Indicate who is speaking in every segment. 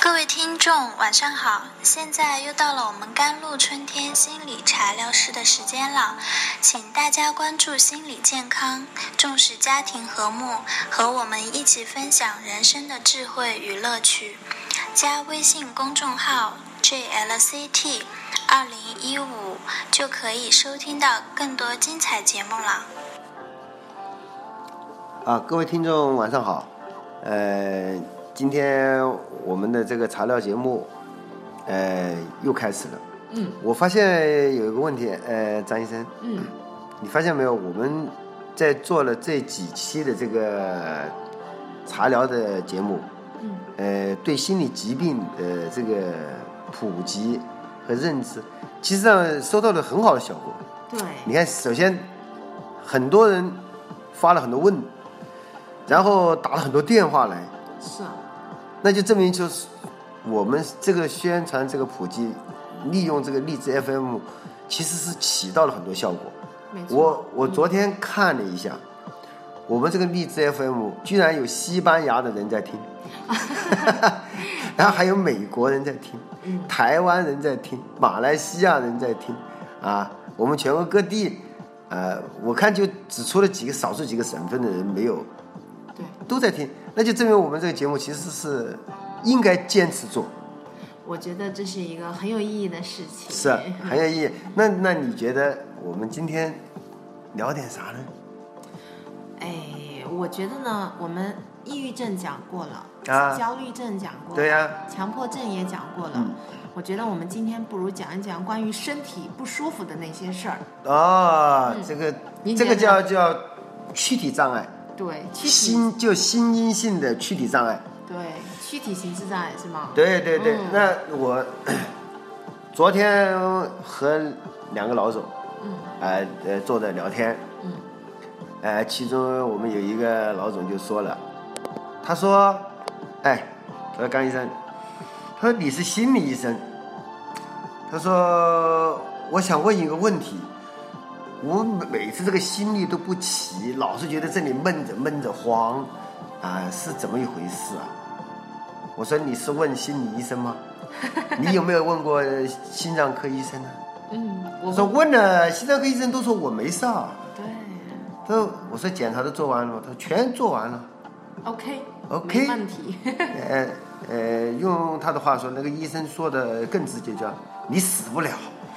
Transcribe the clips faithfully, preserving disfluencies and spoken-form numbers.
Speaker 1: 各位听众晚上好，现在又到了我们甘露春天心理茶疗室的时间了，请大家关注心理健康，重视家庭和睦，和我们一起分享人生的智慧与乐趣。加微信公众号 J L C T 二零一五就可以收听到更多精彩节目了。
Speaker 2: 啊，各位听众晚上好，呃，今天我们的这个茶疗节目，呃，又开始了。
Speaker 3: 嗯，
Speaker 2: 我发现有一个问题，呃，张医生，
Speaker 3: 嗯，
Speaker 2: 你发现没有？我们在做了这几期的这个茶疗的节目，
Speaker 3: 嗯，
Speaker 2: 呃，对心理疾病的这个普及和认知，其实上收到了很好的效果。
Speaker 3: 对，
Speaker 2: 你看，首先很多人发了很多问，然后打了很多电话来，
Speaker 3: 是啊，
Speaker 2: 那就证明就是我们这个宣传这个普及，利用这个荔枝 F M， 其实是起到了很多效果。
Speaker 3: 没错。
Speaker 2: 我我昨天看了一下，嗯、我们这个荔枝 F M 居然有西班牙的人在听，然后还有美国人在听，
Speaker 3: 嗯、
Speaker 2: 台湾人在听，马来西亚人在听，啊，我们全国各地，呃，我看就只出了几个少数几个省份的人没有。
Speaker 3: 对，
Speaker 2: 都在听，那就证明我们这个节目其实是应该坚持做。
Speaker 3: 我觉得这是一个很有意义的事情。
Speaker 2: 是啊，很有意义。那那你觉得我们今天聊点啥呢？
Speaker 3: 哎，我觉得呢，我们抑郁症讲过了，
Speaker 2: 啊，
Speaker 3: 焦虑症讲过了，
Speaker 2: 对呀、啊，
Speaker 3: 强迫症也讲过了。嗯，我觉得我们今天不如讲一讲关于身体不舒服的那些事儿。
Speaker 2: 哦，
Speaker 3: 嗯、
Speaker 2: 这个这个叫叫躯体障碍。
Speaker 3: 对，
Speaker 2: 心就心因性的躯体障碍。
Speaker 3: 对，躯体形式障碍是吗？
Speaker 2: 对对对，
Speaker 3: 嗯、
Speaker 2: 那我昨天和两个老总，
Speaker 3: 嗯，
Speaker 2: 呃呃坐着聊天，
Speaker 3: 嗯，
Speaker 2: 呃，其中我们有一个老总就说了，他说，哎，他说甘医生，他说你是心理医生，他说我想问一个问题。我每次这个心率都不齐，老是觉得这里闷着闷着慌，啊、呃，是怎么一回事啊？我说你是问心理医生吗？你有没有问过心脏科医生呢、啊？
Speaker 3: 嗯，
Speaker 2: 我说问了，心脏科医生都说我没事啊。
Speaker 3: 对。
Speaker 2: 他说我说检查都做完了吗？他说全做完了。
Speaker 3: OK。
Speaker 2: OK。
Speaker 3: 没问题。
Speaker 2: 呃呃，用他的话说，那个医生说的更直接，叫你死不了。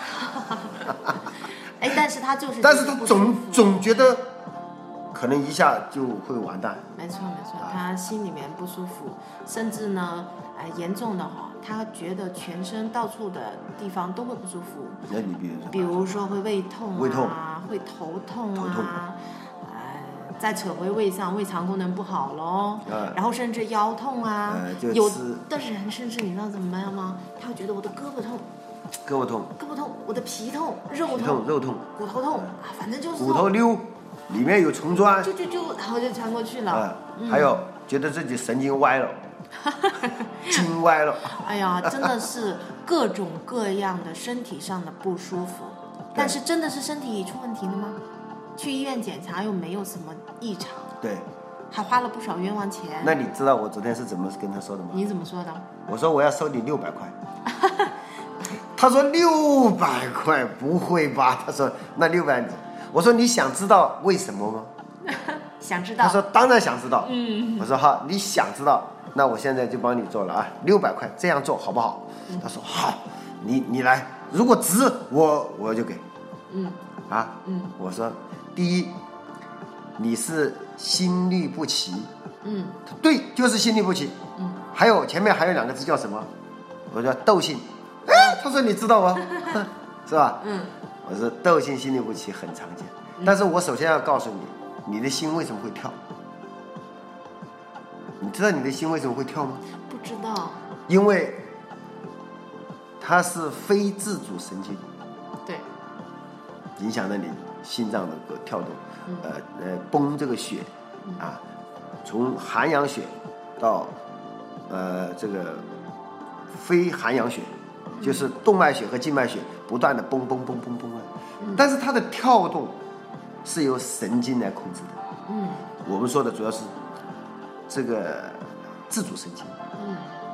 Speaker 3: 哎，但是他就是，
Speaker 2: 但是他总总觉得可能一下就会完蛋。
Speaker 3: 没错没错，他心里面不舒服，甚至呢，呃，严重的哈，他觉得全身到处的地方都会不舒服。
Speaker 2: 那你比如说，
Speaker 3: 比如说会胃痛啊，
Speaker 2: 胃痛
Speaker 3: 会头痛啊，
Speaker 2: 头痛
Speaker 3: 呃，再扯回胃上，胃肠功能不好咯，
Speaker 2: 嗯、
Speaker 3: 然后甚至腰痛啊，
Speaker 2: 呃、就
Speaker 3: 有的人甚至你知道怎么样吗？他会觉得我的胳膊痛。
Speaker 2: 胳膊痛，
Speaker 3: 胳膊痛，我的皮痛，肉痛，
Speaker 2: 痛肉痛，
Speaker 3: 骨头痛啊，反正就是
Speaker 2: 骨头溜，里面有虫钻，
Speaker 3: 就就就，然后就传过去了。
Speaker 2: 啊、嗯，还有觉得自己神经歪了，筋歪了。
Speaker 3: 哎呀，真的是各种各样的身体上的不舒服，但是真的是身体出问题了吗？去医院检查又没有什么异常，
Speaker 2: 对，
Speaker 3: 还花了不少冤枉钱。
Speaker 2: 那你知道我昨天是怎么跟他说的吗？
Speaker 3: 你怎么说的？
Speaker 2: 我说我要收你六百块。他说六百块不会吧？他说那六百，我说你想知道为什么吗？
Speaker 3: 想知道。
Speaker 2: 他说当然想知道。
Speaker 3: 嗯。
Speaker 2: 我说好，你想知道，那我现在就帮你做了啊，六百块这样做好不好？嗯、他说好，你你来，如果值我我就给。
Speaker 3: 嗯。
Speaker 2: 啊。
Speaker 3: 嗯。
Speaker 2: 我说第一，你是心律不齐。
Speaker 3: 嗯。
Speaker 2: 对，就是心律不齐。
Speaker 3: 嗯。
Speaker 2: 还有前面还有两个字叫什么？我叫窦性。哎，他说你知道吗？是吧？
Speaker 3: 嗯，
Speaker 2: 我说窦性心律不齐很常见，但是我首先要告诉你，你的心为什么会跳？你知道你的心为什么会跳吗？
Speaker 3: 不知道。
Speaker 2: 因为它是非自主神经，
Speaker 3: 对，
Speaker 2: 影响了你心脏的跳动，
Speaker 3: 嗯、
Speaker 2: 呃呃，泵这个血啊，从含氧血到呃这个非含氧血。就是动脉血和静脉血不断的蹦蹦蹦蹦蹦，但是它的跳动是由神经来控制的。
Speaker 3: 嗯，
Speaker 2: 我们说的主要是这个自主神经。
Speaker 3: 嗯，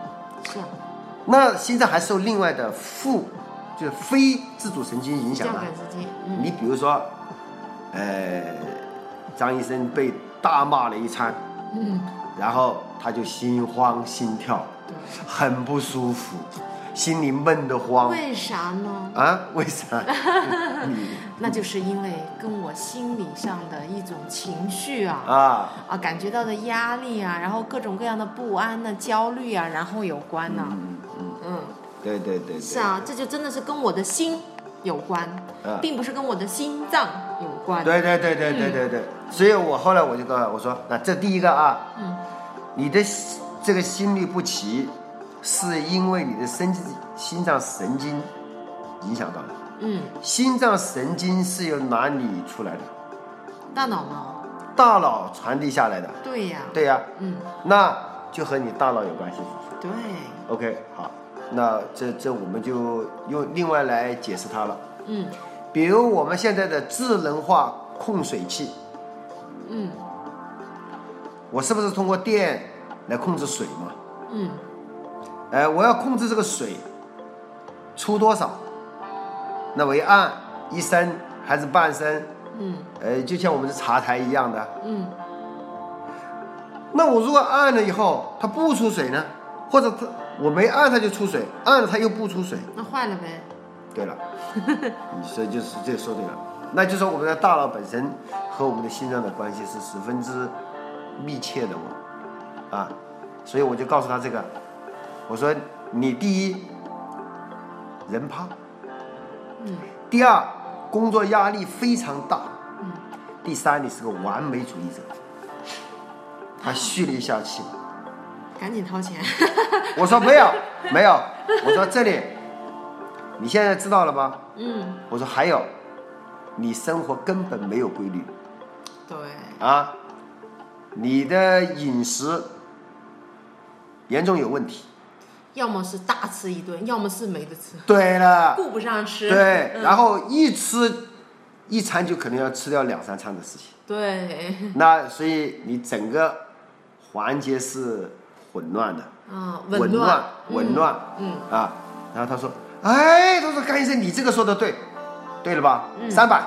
Speaker 3: 是啊，
Speaker 2: 那心脏还受另外的副，就是非自主神经影响的。
Speaker 3: 交感神经，嗯，
Speaker 2: 你比如说，呃，张医生被大骂了一餐，
Speaker 3: 嗯，
Speaker 2: 然后他就心慌心跳，
Speaker 3: 对，
Speaker 2: 很不舒服，心里闷得慌。
Speaker 3: 为啥呢？
Speaker 2: 啊？为啥？你
Speaker 3: 那就是因为跟我心理上的一种情绪啊
Speaker 2: 啊
Speaker 3: 啊感觉到的压力啊，然后各种各样的不安呢、焦虑啊，然后有关呢、
Speaker 2: 嗯嗯，
Speaker 3: 嗯，
Speaker 2: 对对对对，
Speaker 3: 是啊，这就真的是跟我的心有关，
Speaker 2: 啊
Speaker 3: 并不是跟我的心脏有关。
Speaker 2: 对对对对对对对，所以我后来我就告诉我说，那这第一个啊，
Speaker 3: 嗯，
Speaker 2: 你的这个心律不齐，是因为你的神经心脏神经影响到的。
Speaker 3: 嗯，
Speaker 2: 心脏神经是由哪里出来的？
Speaker 3: 大脑吗？
Speaker 2: 大脑传递下来的。
Speaker 3: 对呀、
Speaker 2: 对呀、
Speaker 3: 嗯，
Speaker 2: 那就和你大脑有关系。
Speaker 3: 对，
Speaker 2: OK， 好，那这这我们就用另外来解释它了。
Speaker 3: 嗯
Speaker 2: 比如我们现在的智能化控水器，
Speaker 3: 嗯
Speaker 2: 我是不是通过电来控制水嘛？
Speaker 3: 嗯，
Speaker 2: 哎，我要控制这个水出多少，那我一按一升还是半升，
Speaker 3: 嗯
Speaker 2: 呃，就像我们的茶台一样的。
Speaker 3: 嗯，
Speaker 2: 那我如果按了以后它不出水呢，或者它我没按它就出水，按了它又不出水，
Speaker 3: 那坏了呗。
Speaker 2: 对了，你说就是这个说对了，那就说我们的大脑本身和我们的心脏的关系是十分之密切的嘛，啊，所以我就告诉他这个，我说你第一人怕，
Speaker 3: 嗯
Speaker 2: 第二工作压力非常大，
Speaker 3: 嗯，
Speaker 2: 第三你是个完美主义者。他蓄了一下气，
Speaker 3: 赶紧掏钱。
Speaker 2: 我说没有没有，我说这里你现在知道了吧？
Speaker 3: 嗯，
Speaker 2: 我说还有，你生活根本没有规律
Speaker 3: 对，
Speaker 2: 啊，你的饮食严重有问题。
Speaker 3: 要么是大吃一顿，要么是没得吃，
Speaker 2: 对了，
Speaker 3: 顾不上吃。
Speaker 2: 对，
Speaker 3: 嗯、
Speaker 2: 然后一吃一餐就可能要吃掉两三餐的事情。
Speaker 3: 对，
Speaker 2: 那所以你整个环节是混乱的，
Speaker 3: 啊，
Speaker 2: 紊
Speaker 3: 乱，
Speaker 2: 紊乱，
Speaker 3: 嗯
Speaker 2: 啊，然后他说，哎，他说甘医生，你这个说的对，对了吧？
Speaker 3: 嗯
Speaker 2: 三百，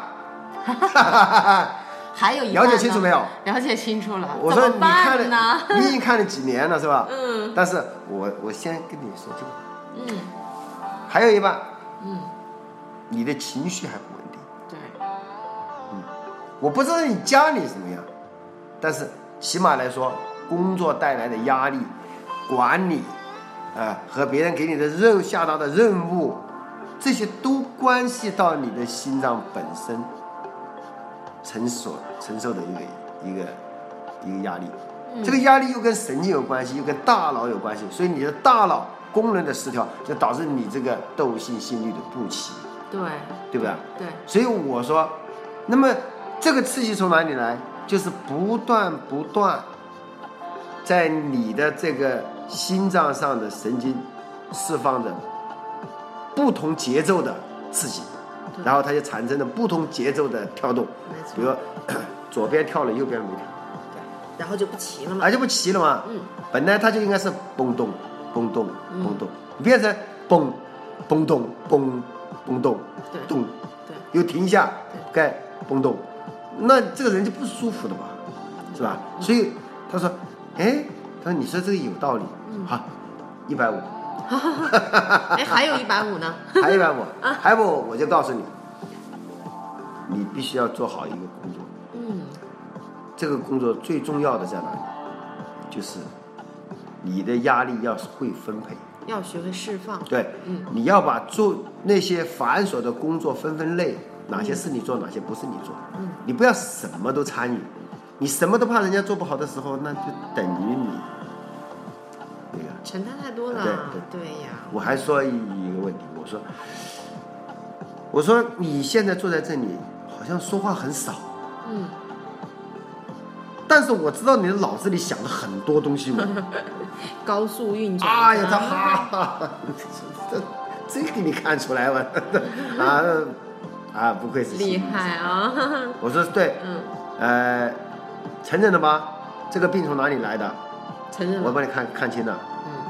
Speaker 3: 还有一半
Speaker 2: 了
Speaker 3: 呢
Speaker 2: 解清楚没有？
Speaker 3: 了解清楚了。
Speaker 2: 我说你
Speaker 3: 怎么办
Speaker 2: 看
Speaker 3: 呢
Speaker 2: 了，你已经看了几年了是吧？
Speaker 3: 嗯
Speaker 2: 但是我我先跟你说这个，
Speaker 3: 嗯
Speaker 2: 还有一半，
Speaker 3: 嗯，
Speaker 2: 你的情绪还不稳定。
Speaker 3: 对，
Speaker 2: 我不知道你家里怎么样，但是起码来说，工作带来的压力、管理，啊、和别人给你的任下达的任务，这些都关系到你的心脏本身承受承受的一个一个一个压力。
Speaker 3: 嗯
Speaker 2: 这个压力又跟神经有关系，又跟大脑有关系，所以你的大脑功能的失调，就导致你这个窦性心律的不齐，
Speaker 3: 对，
Speaker 2: 对不对？
Speaker 3: 对，
Speaker 2: 所以我说，那么这个刺激从哪里来？就是不断不断在你的这个心脏上的神经释放着不同节奏的刺激，
Speaker 3: 对
Speaker 2: 然后它就产生了不同节奏的跳动，
Speaker 3: 没错
Speaker 2: 比如左边跳了，右边没跳，
Speaker 3: 对，然后就不齐了嘛。
Speaker 2: 啊，就不齐了嘛。
Speaker 3: 嗯，
Speaker 2: 本来它就应该是蹦动、蹦动、
Speaker 3: 嗯
Speaker 2: 蹦动，你变成蹦、蹦动、蹦、蹦动、
Speaker 3: 对
Speaker 2: 动，
Speaker 3: 对，
Speaker 2: 又停一下，该蹦动，那这个人就不舒服的嘛，是吧？所以他说，哎，他说你说这个有道理，好，一百五，
Speaker 3: 哎，还有一百五呢。
Speaker 2: 还一百五，还不我就告诉你，你必须要做好一个工作，
Speaker 3: 嗯，
Speaker 2: 这个工作最重要的在哪里？就是你的压力要会分配。
Speaker 3: 要学会释放。
Speaker 2: 对，
Speaker 3: 嗯
Speaker 2: 你要把做那些繁琐的工作分分类，哪些是你做，哪些不是你做。
Speaker 3: 嗯，
Speaker 2: 你不要什么都参与，你什么都怕人家做不好的时候，那就等于你那个。
Speaker 3: 承担太多了。
Speaker 2: 对对
Speaker 3: 对呀。
Speaker 2: 我还说一一个问题，我说，我说你现在坐在这里，好像说话很少，
Speaker 3: 嗯，
Speaker 2: 但是我知道你的脑子里想了很多东西嘛。
Speaker 3: 高速运转。
Speaker 2: 哎呀，他哈哈，这这个你看出来吗？啊啊，不愧是
Speaker 3: 厉害啊！
Speaker 2: 我说对，
Speaker 3: 嗯，
Speaker 2: 呃，承认了吗？这个病从哪里来的？
Speaker 3: 承认了。
Speaker 2: 我帮你看看清了，
Speaker 3: 嗯，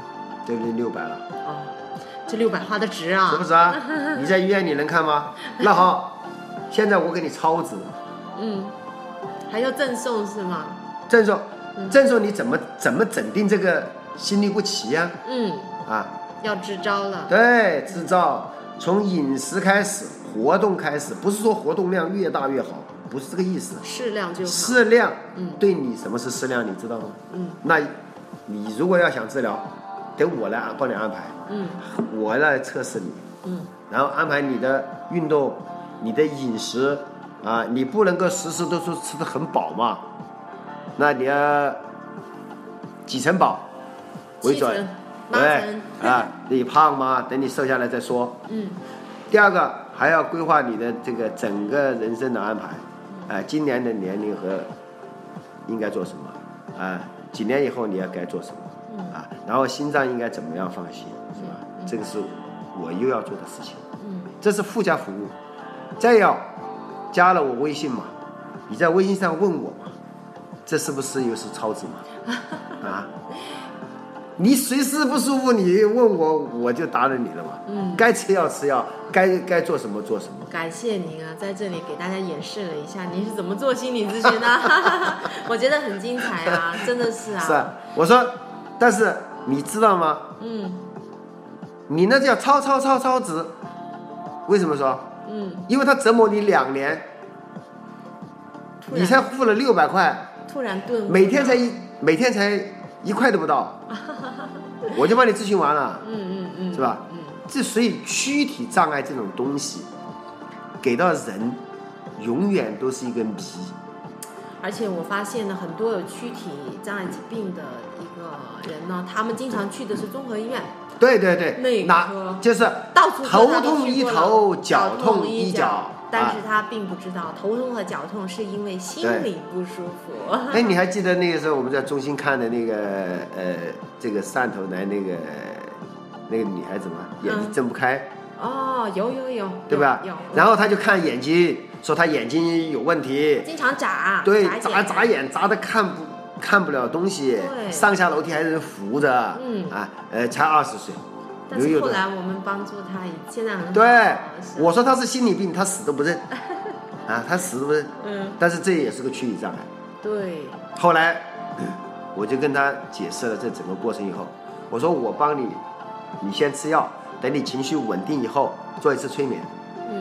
Speaker 2: 对不对？六百了。
Speaker 3: 哦，这六百花的值啊！
Speaker 2: 是不是啊？你在医院你能看吗？那好，现在我给你超值。
Speaker 3: 嗯，还要赠送是吗？
Speaker 2: 赠送，赠送你怎么怎么诊定这个心律不齐呀、
Speaker 3: 啊？嗯，
Speaker 2: 啊，
Speaker 3: 要支招了。
Speaker 2: 对，支招，从饮食开始，活动开始，不是说活动量越大越好，不是这个意思。
Speaker 3: 适量就好。
Speaker 2: 适量，
Speaker 3: 嗯，
Speaker 2: 对你什么是适量，你知道吗？
Speaker 3: 嗯，
Speaker 2: 那你如果要想治疗，得我来帮你安排。
Speaker 3: 嗯，
Speaker 2: 我来测试你。
Speaker 3: 嗯，
Speaker 2: 然后安排你的运动，你的饮食啊，你不能够时时都说吃得很饱嘛。那你要几成饱为准？对啊，你胖吗？等你瘦下来再说。
Speaker 3: 嗯。
Speaker 2: 第二个还要规划你的这个整个人生的安排，啊，今年的年龄和应该做什么啊？几年以后你要该做什么啊？然后心脏应该怎么样放心，是吧？这个是我又要做的事情。
Speaker 3: 嗯。这
Speaker 2: 是附加服务。再要加了我微信嘛，你在微信上问我嘛。这是不是又是超值嘛？啊，你随时不舒服，你问我，我就答应你了嘛。
Speaker 3: 嗯，
Speaker 2: 该吃药吃药，该该做什么做什么。
Speaker 3: 感谢您啊，在这里给大家演示了一下您是怎么做心理咨询的，我觉得很精彩啊，真的是啊。
Speaker 2: 是啊，我说，但是你知道吗？
Speaker 3: 嗯，
Speaker 2: 你那叫超超超超值，为什么说？
Speaker 3: 嗯，
Speaker 2: 因为他折磨你两年，你才付了六百块。
Speaker 3: 突然顿悟，
Speaker 2: 每天才一每天才一块都不到，我就帮你咨询完了，
Speaker 3: 嗯嗯嗯，
Speaker 2: 是吧？
Speaker 3: 嗯，
Speaker 2: 这所以躯体障碍这种东西，给到人永远都是一个谜。
Speaker 3: 而且我发现呢，很多有躯体障碍疾病的一个人呢，他们经常去的是综合医院。
Speaker 2: 对对对，
Speaker 3: 内
Speaker 2: 科就是
Speaker 3: 到处
Speaker 2: 头痛医头，脚痛
Speaker 3: 医
Speaker 2: 脚。
Speaker 3: 但是他并不知道，头痛和脚痛是因为心理不舒服。
Speaker 2: 哎，你还记得那个时候我们在中心看的那个呃，这个汕头来那个那个女孩子嘛，眼睛睁不开。
Speaker 3: 嗯、哦，有有有，
Speaker 2: 对吧？
Speaker 3: 有。
Speaker 2: 然后他就看眼睛，说他眼睛有问题，
Speaker 3: 经常眨。
Speaker 2: 对，
Speaker 3: 眨
Speaker 2: 眨眼，眨的看不看不了东西，上下楼梯还是扶着。
Speaker 3: 嗯
Speaker 2: 啊，呃，才二十岁。
Speaker 3: 但是后来我们帮助他，现在很好。
Speaker 2: 对，我说他是心理病，他死都不认，啊，他死都不认。
Speaker 3: 嗯。
Speaker 2: 但是这也是个躯体障碍。
Speaker 3: 对。
Speaker 2: 后来，我就跟他解释了这整个过程以后，我说我帮你，你先吃药，等你情绪稳定以后做一次催眠。
Speaker 3: 嗯。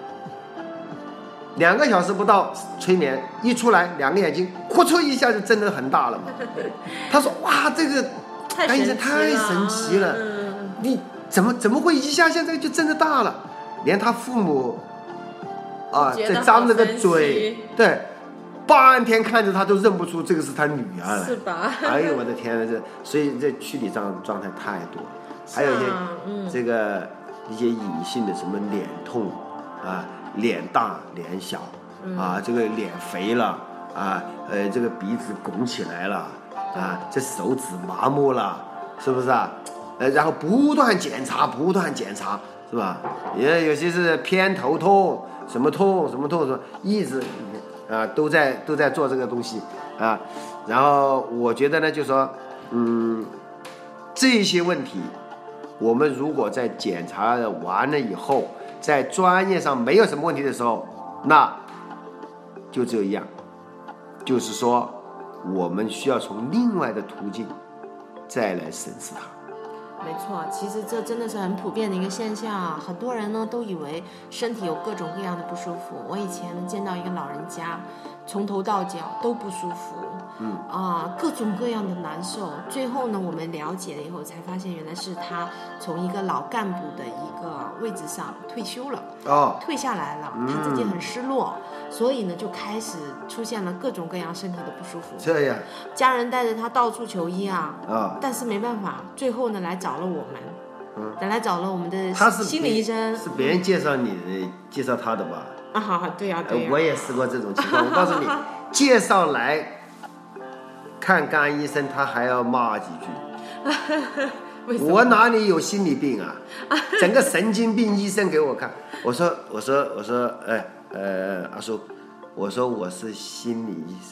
Speaker 2: 两个小时不到催眠一出来，两个眼睛呼出一下就睁得很大了嘛。他说哇，这个
Speaker 3: 太神奇了，
Speaker 2: 太神奇了。
Speaker 3: 嗯。
Speaker 2: 你怎么怎么会一下现在就真的大了？连他父母啊，在张着个嘴，对，半天看着他都认不出这个是他女儿了，
Speaker 3: 是吧？
Speaker 2: 哎呦我的天呐，这所以这躯体状状态太多，还有一些、
Speaker 3: 啊嗯、
Speaker 2: 这个一些隐性的什么脸痛啊，脸大脸小、嗯、啊，这个脸肥了啊，呃，这个鼻子拱起来了啊，这手指麻木了，是不是啊？呃，然后不断检查，不断检查，是吧？也有些是偏头痛，什么痛，什么痛，什么一直啊都在都在做这个东西啊。然后我觉得呢，就说，嗯，这些问题，我们如果在检查完了以后，在专业上没有什么问题的时候，那就只有一样，就是说，我们需要从另外的途径再来审视它。
Speaker 3: 没错，其实这真的是很普遍的一个现象啊！很多人呢都以为身体有各种各样的不舒服。我以前见到一个老人家，从头到脚都不舒服，嗯啊，各种各样的难受。最后呢，我们了解了以后，才发现原来是他从一个老干部的一个位置上退休了，
Speaker 2: 哦，
Speaker 3: 退下来了，他自己很失落，嗯、所以呢就开始出现了各种各样身体的不舒服。
Speaker 2: 这样，
Speaker 3: 家人带着他到处求医啊，
Speaker 2: 哦、
Speaker 3: 但是没办法，最后呢来找了我们，嗯，来找了我们的心理医生。
Speaker 2: 是别人介绍你的，介绍他的吧？
Speaker 3: 啊，好，对呀、啊，对呀、啊。
Speaker 2: 我也试过这种情况。我告诉你，介绍来看肝医生，他还要骂几句。我哪里有心理病啊？整个神经病医生给我看。我说，我说，我说，哎，呃，阿叔，我说我是心理医生。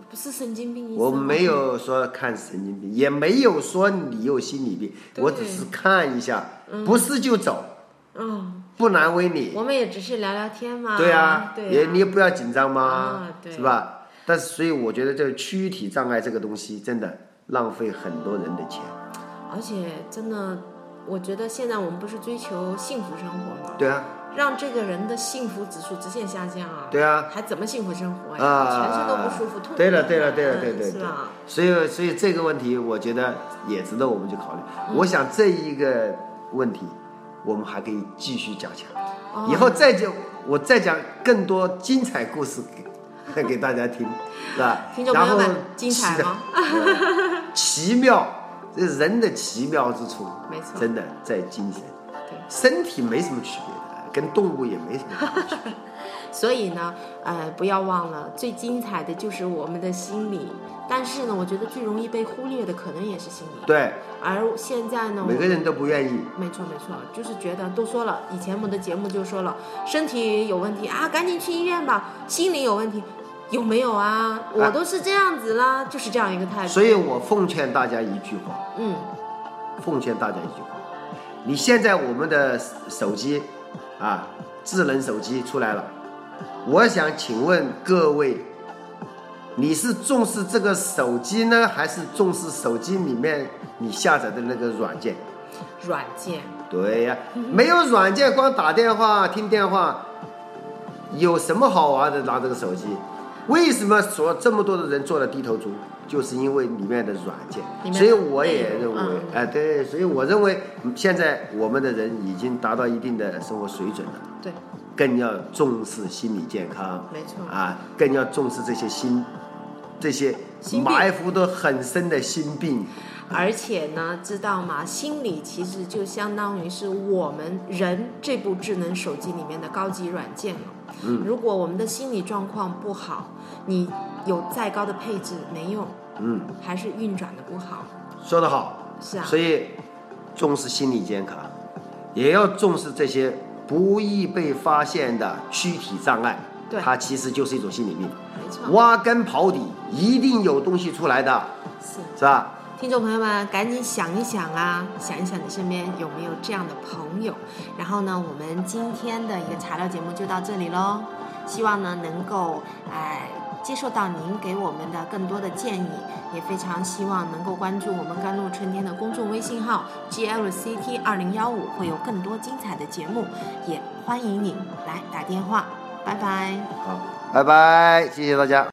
Speaker 3: 不是神经病医生。
Speaker 2: 我没有说看神经病，也没有说你有心理病，我只是看一下，嗯、不是就走。
Speaker 3: 嗯，
Speaker 2: 不难为你。
Speaker 3: 我们也只是聊聊天嘛。
Speaker 2: 对啊，
Speaker 3: 对啊
Speaker 2: 也你也不要紧张嘛，
Speaker 3: 啊、对
Speaker 2: 是吧？但是所以我觉得这个躯体障碍这个东西真的浪费很多人的钱。
Speaker 3: 而且真的，我觉得现在我们不是追求幸福生活吗？
Speaker 2: 对啊。
Speaker 3: 让这个人的幸福指数直线下降啊！
Speaker 2: 对啊，
Speaker 3: 还怎么幸福生活呀？
Speaker 2: 啊，
Speaker 3: 全身都不舒服，痛苦。
Speaker 2: 对了，对了，对了，对对对，
Speaker 3: 是吧？
Speaker 2: 所以，所以这个问题，我觉得也值得我们去考虑。嗯、我想这一个问题，我们还可以继续加强。哦、以后再讲，我再讲更多精彩故事给给大家听，是吧？
Speaker 3: 听众朋友们，精彩吗？
Speaker 2: 奇妙，这人的奇妙之处，
Speaker 3: 没错，
Speaker 2: 真的在精神。身体没什么区别的，跟动物也没什么区别。
Speaker 3: 所以呢，呃，不要忘了，最精彩的就是我们的心理。但是呢，我觉得最容易被忽略的可能也是心理。
Speaker 2: 对。
Speaker 3: 而现在呢，
Speaker 2: 每个人都不愿意。
Speaker 3: 没错没错，就是觉得都说了，以前我们的节目就说了，身体有问题啊，赶紧去医院吧。心理有问题，有没有啊？我都是这样子啦，啊、就是这样一个态度。
Speaker 2: 所以我奉劝大家一句话，
Speaker 3: 嗯，
Speaker 2: 奉劝大家一句话。你现在我们的手机啊，智能手机出来了，我想请问各位，你是重视这个手机呢，还是重视手机里面你下载的那个软件？
Speaker 3: 软件。
Speaker 2: 对呀、啊，没有软件，光打电话、听电话，有什么好玩的？拿这个手机，为什么说这么多的人做了低头族？就是因为里面的软件，所以我也认为，哎、嗯呃，对，所以我认为现在我们的人已经达到一定的生活水准了，
Speaker 3: 对，
Speaker 2: 更要重视心理健康，
Speaker 3: 没错，
Speaker 2: 啊，更要重视这些心，这些埋伏得很深的心病。
Speaker 3: 而且呢，知道吗？心理其实就相当于是我们人这部智能手机里面的高级软件了。嗯，如果我们的心理状况不好，你有再高的配置没用。嗯，还是运转的不好。
Speaker 2: 说得好，
Speaker 3: 是啊。
Speaker 2: 所以重视心理健康，也要重视这些不易被发现的躯体障碍。
Speaker 3: 对，
Speaker 2: 它其实就是一种心理病。
Speaker 3: 没错。
Speaker 2: 挖根刨底，一定有东西出来的。
Speaker 3: 是，
Speaker 2: 是吧？
Speaker 3: 听众朋友们，赶紧想一想啊，想一想你身边有没有这样的朋友。然后呢，我们今天的一个茶聊节目就到这里咯。希望呢能够哎。接受到您给我们的更多的建议，也非常希望能够关注我们甘露春天的公众微信号 G L C T 二零一五，会有更多精彩的节目，也欢迎您来打电话。拜拜。
Speaker 2: 好，拜拜，谢谢大家。